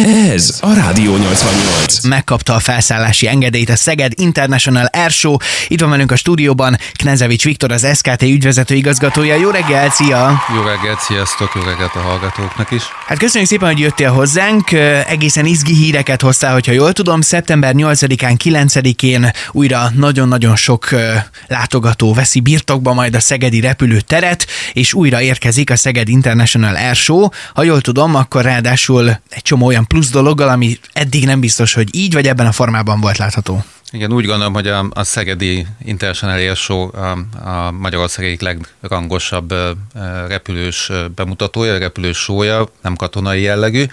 Ez a Rádió 88. Megkapta a felszállási engedélyt a Szeged International Airshow. Itt van velünk a stúdióban Knezevics Viktor, az SKT ügyvezető igazgatója. Jó reggelt, szia! Jó reggelt, sziasztok, jó reggelt a hallgatóknak is. Hát köszönjük szépen, hogy jöttél hozzánk. Egészen izgi híreket hoztál, hogyha jól tudom. Szeptember 8-án, 9-én újra nagyon-nagyon sok látogató veszi birtokba majd a szegedi repülőteret, és újra érkezik a Szeged International Airshow. Ha jól tudom, akkor ráadásul egy csomó olyan plusz dologgal, ami eddig nem biztos, hogy így vagy ebben a formában volt látható. Igen, úgy gondolom, hogy a Szegedi International Airshow a Magyarország egyik legrangosabb repülős bemutatója, repülős show-ja, nem katonai jellegű,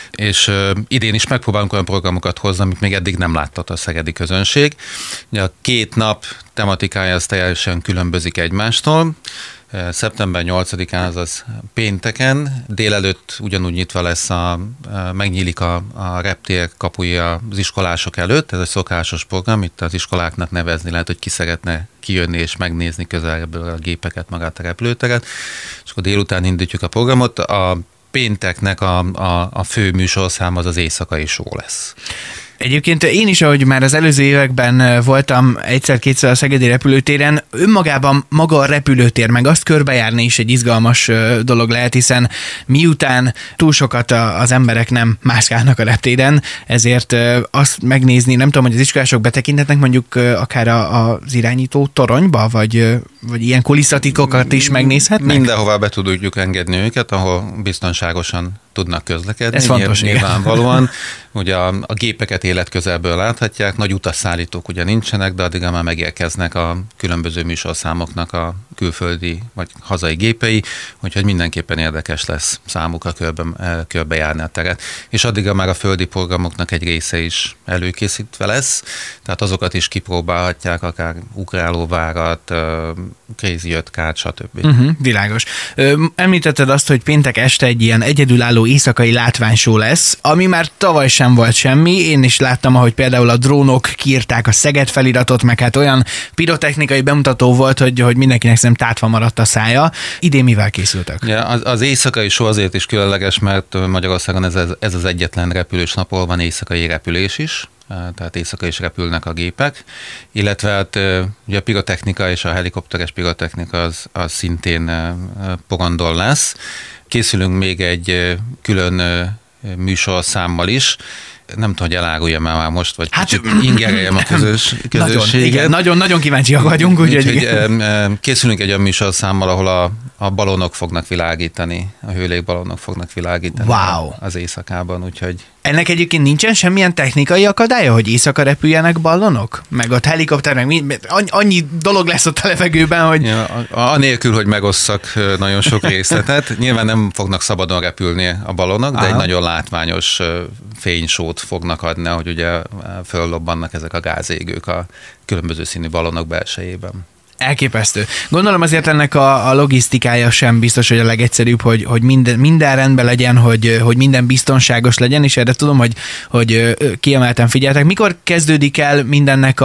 és idén is megpróbálunk olyan programokat hozni, amit még eddig nem látott a szegedi közönség. Ugye a 2 nap tematikája az teljesen különbözik egymástól. Szeptember 8-án, azaz pénteken délelőtt ugyanúgy nyitva lesz, megnyílik a reptér kapuja az iskolások előtt. Ez egy szokásos program, itt az iskoláknak nevezni lehet, hogy ki szeretne kijönni és megnézni közelről a gépeket, magát a repülőteret. És akkor délután indítjuk a programot. A pénteknek a fő műsorszám az éjszakai show lesz. Egyébként én is, ahogy már az előző években voltam egyszer-kétszer a szegedi repülőtéren, önmagában maga a repülőtér, meg azt körbejárni is egy izgalmas dolog lehet, hiszen miután túl sokat az emberek nem mászkálnak a reptéren, ezért azt megnézni, nem tudom, hogy az iskolások betekinthetnek mondjuk akár az irányító toronyba, vagy ilyen kulisszatitkokat is megnézhetnek? Mindenhová be tudjuk engedni őket, ahol biztonságosan tudnak közlekedni. Ez fontos, nyilvánvalóan. Ugye a gépeket életközelből láthatják, nagy utasszállítók ugye nincsenek, de addig már megérkeznek a különböző műsorszámoknak a külföldi vagy hazai gépei, úgyhogy mindenképpen érdekes lesz számukra körbejárni a teret. És addigra már a földi programoknak egy része is előkészítve lesz, tehát azokat is kipróbálhatják, akár ugrálóvárat, Crazy 5 kart, stb. Világos. Említetted azt, hogy péntek este egy ilyen egyedülálló éjszakai látványshow lesz, ami már tavaly sem volt semmi. Én is láttam, ahogy például a drónok kiírták a Szeged feliratot, meg hát olyan pirotechnikai bemutató volt, hogy mindenkinek szerintem tátva maradt a szája. Idén mivel készültek? Ja, az éjszakai show azért is különleges, mert Magyarországon ez az egyetlen repülős nap, ahol van éjszakai repülés is, tehát éjszaka is repülnek a gépek, illetve hát ugye a pirotechnika és a helikopteres pirotechnika az szintén porondon lesz. Készülünk még egy külön műsorszámmal is. Nem tudom, hogy eláruljam már most, vagy kicsit ingereljem a közösséget. Nagyon kíváncsiak vagyunk. Úgyhogy készülünk egy olyan műsorszámmal, ahol a balonok fognak világítani, a hőlékbalonok fognak világítani az éjszakában, úgyhogy... Ennek egyébként nincsen semmilyen technikai akadálya, hogy éjszaka repüljenek ballonok? Meg ott helikopter, meg annyi dolog lesz ott a levegőben, hogy... Ja, anélkül, hogy megosszak nagyon sok részletet. Nyilván nem fognak szabadon repülni a ballonok, de egy nagyon látványos fénysót fognak adni, hogy ugye föllobbannak ezek a gázégők a különböző színű ballonok belsejében. Elképesztő. Gondolom azért ennek a logisztikája sem biztos, hogy a legegyszerűbb, hogy minden rendben legyen, hogy minden biztonságos legyen, és erre tudom, hogy kiemelten figyeltek. Mikor kezdődik el mindennek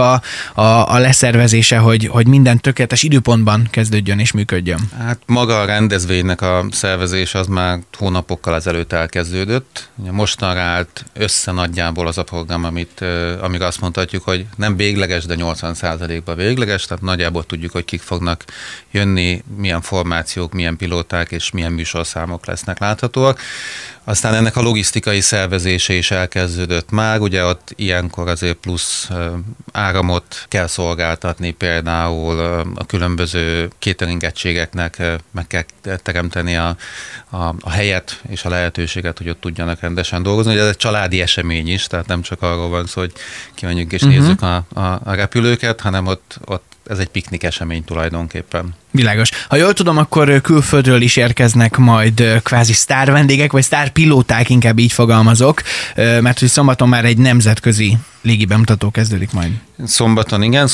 a leszervezése, hogy minden tökéletes időpontban kezdődjön és működjön? Hát maga a rendezvénynek a szervezés az már hónapokkal ezelőtt elkezdődött. Mostanra állt össze nagyjából az a program, amire azt mondhatjuk, hogy nem végleges, de 80%-ban végleges, tehát nagyjából tudjuk, hogy kik fognak jönni, milyen formációk, milyen pilóták és milyen műsorszámok lesznek láthatóak. Aztán ennek a logisztikai szervezése is elkezdődött már, ugye ott ilyenkor azért plusz áramot kell szolgáltatni, például a különböző catering egységeknek meg kell teremteni a helyet és a lehetőséget, hogy ott tudjanak rendesen dolgozni. Ugye ez egy családi esemény is, tehát nem csak arról van szó, hogy kimenjünk és nézzük a repülőket, hanem ott ez egy piknik esemény tulajdonképpen. Világos. Ha jól tudom, akkor külföldről is érkeznek majd kvázi sztár vendégek, vagy sztár pilóták, inkább így fogalmazok, mert hogy szombaton már egy nemzetközi légi bemutató kezdődik majd. Szombaton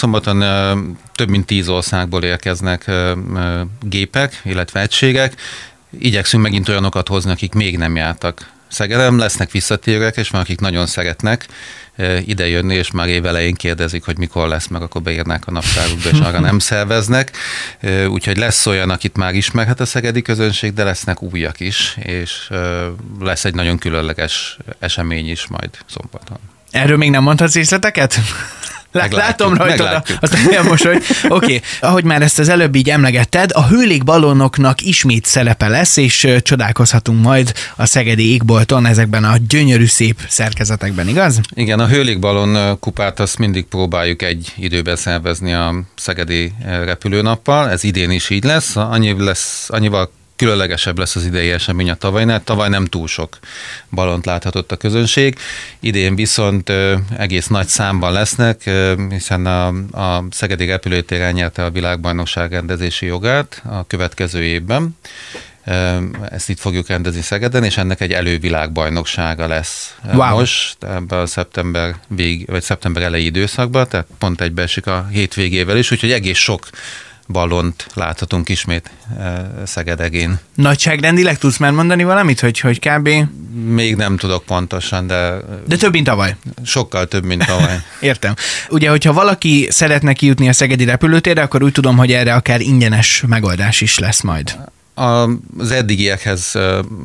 több mint 10 országból érkeznek gépek, illetve egységek. Igyekszünk megint olyanokat hozni, akik még nem jártak Szegeden, lesznek visszatérőek, és már akik nagyon szeretnek ide jönni, és már évelején kérdezik, hogy mikor lesz, meg akkor beírnák a naptárukba, és arra nem szerveznek. Úgyhogy lesz olyan, akit már ismerhet a szegedi közönség, de lesznek újak is, és lesz egy nagyon különleges esemény is majd szombaton. Erről még nem mondhatsz részleteket? Látom rajtad azt olyan mosolyt. Oké, ahogy már ezt az előbb így emlegetted, a hőlégballonoknak ismét szerepe lesz, és csodálkozhatunk majd a szegedi égbolton ezekben a gyönyörű szép szerkezetekben, igaz? Igen, a hőlégballon kupát azt mindig próbáljuk egy időben szervezni a szegedi repülőnappal, ez idén is így lesz, annyival különlegesebb lesz az idei esemény a tavalynál. Tavaly nem túl sok ballont láthatott a közönség. Idén viszont egész nagy számban lesznek, hiszen a szegedi repülőtér elnyerte a világbajnokság rendezési jogát a következő évben. Ezt itt fogjuk rendezni Szegeden, és ennek egy elővilágbajnoksága lesz most, ebben a szeptember elejé időszakban, tehát pont egybeesik a hétvégével is, úgyhogy egész sok ballont láthatunk ismét Szegedegén. Nagyságrendileg tudsz már mondani valamit, hogy kb. Még nem tudok pontosan, de... De több, mint tavaly. Sokkal több, mint tavaly. Értem. Ugye, hogyha valaki szeretne kijutni a szegedi repülőtérre, akkor úgy tudom, hogy erre akár ingyenes megoldás is lesz majd. Az eddigiekhez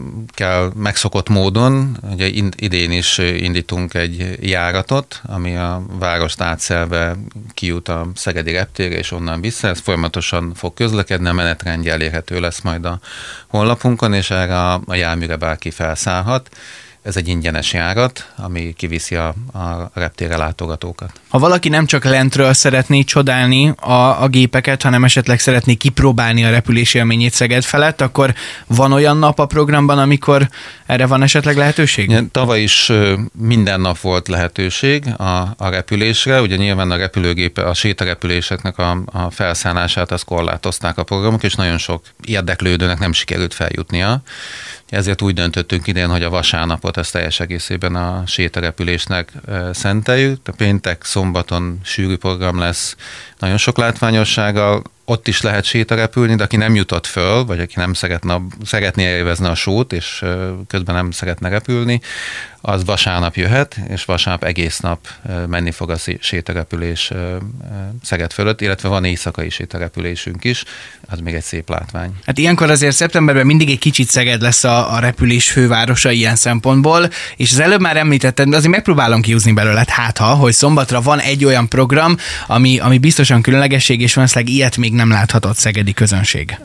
kell megszokott módon, ugye idén is indítunk egy járatot, ami a várost átszelve kijut a szegedi reptérre, és onnan vissza. Ez folyamatosan fog közlekedni, a menetrendje elérhető lesz majd a honlapunkon, és erre a járműre bárki felszállhat. Ez egy ingyenes járat, ami kiviszi a reptérre látogatókat. Ha valaki nem csak lentről szeretné csodálni a gépeket, hanem esetleg szeretné kipróbálni a repülés élményét Szeged felett, akkor van olyan nap a programban, amikor erre van esetleg lehetőség? Ja, tavaly is minden nap volt lehetőség a repülésre. Ugye nyilván a sétarepüléseknek a felszállását azt korlátozták a programok, és nagyon sok érdeklődőnek nem sikerült feljutnia. Ezért úgy döntöttünk idén, hogy a vasárnapot ezt teljes egészében a sétarepülésnek szenteljük. A péntek, szombaton sűrű program lesz, nagyon sok látványossággal. Ott is lehet sétarepülni, de aki nem jutott föl, vagy aki nem szeretné élvezni a sót, és közben nem szeretne repülni, az vasárnap jöhet, és vasárnap egész nap menni fog a sétarepülés Szeged fölött, illetve van éjszakai sétarepülésünk is, az még egy szép látvány. Hát ilyenkor azért szeptemberben mindig egy kicsit Szeged lesz a repülés fővárosa ilyen szempontból, és az előbb már említettem, de azért megpróbálom kihúzni belőle, hogy szombatra van egy olyan program, ami biztosan különlegesség, és valószínűleg ilyet még nem láthatott szegedi közönség.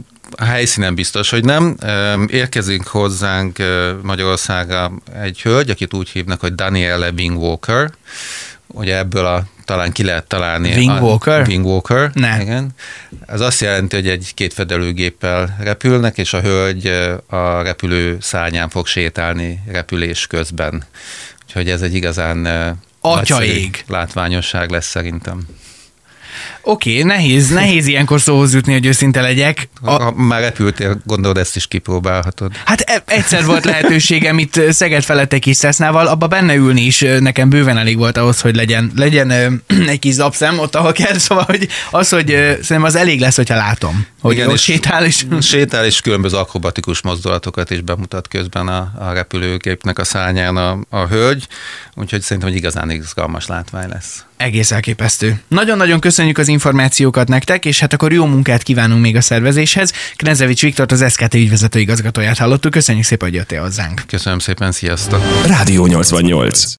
A helyszínen biztos, hogy nem. Érkezünk hozzánk Magyarországra egy hölgy, akit úgy hívnak, hogy Danielle Wingwalker. Ugye ebből talán ki lehet találni. Wingwalker? Wingwalker, ne. Igen. Ez azt jelenti, hogy egy kétfedelőgéppel repülnek, és a hölgy a repülő szárnyán fog sétálni repülés közben. Úgyhogy ez egy igazán nagyszerű látványosság lesz szerintem. Oké, nehéz ilyenkor szóhoz jutni, hogy őszinte legyek. Ha már repültél, gondolod, ezt is kipróbálhatod. Hát egyszer volt lehetőségem itt Szeged felett egy kis Cessnával, abba benne ülni is nekem bőven elég volt ahhoz, hogy legyen egy kis zapszem ott, ahol kell, szóval hogy szerintem az elég lesz, hogyha látom, hogy igen, ott sétál és különböző akrobatikus mozdulatokat is bemutat közben a repülőgépnek a szárnyán a hölgy, úgyhogy szerintem, hogy igazán izgalmas látvány lesz. Egész elképesztő. Nagyon-nagyon köszönjük az információkat nektek, és hát akkor jó munkát kívánunk még a szervezéshez. Knezevics Viktort, az SKT ügyvezető igazgatóját hallottuk. Köszönjük szépen, hogy jöttél hozzánk. Köszönöm szépen, sziasztok! Rádió 88.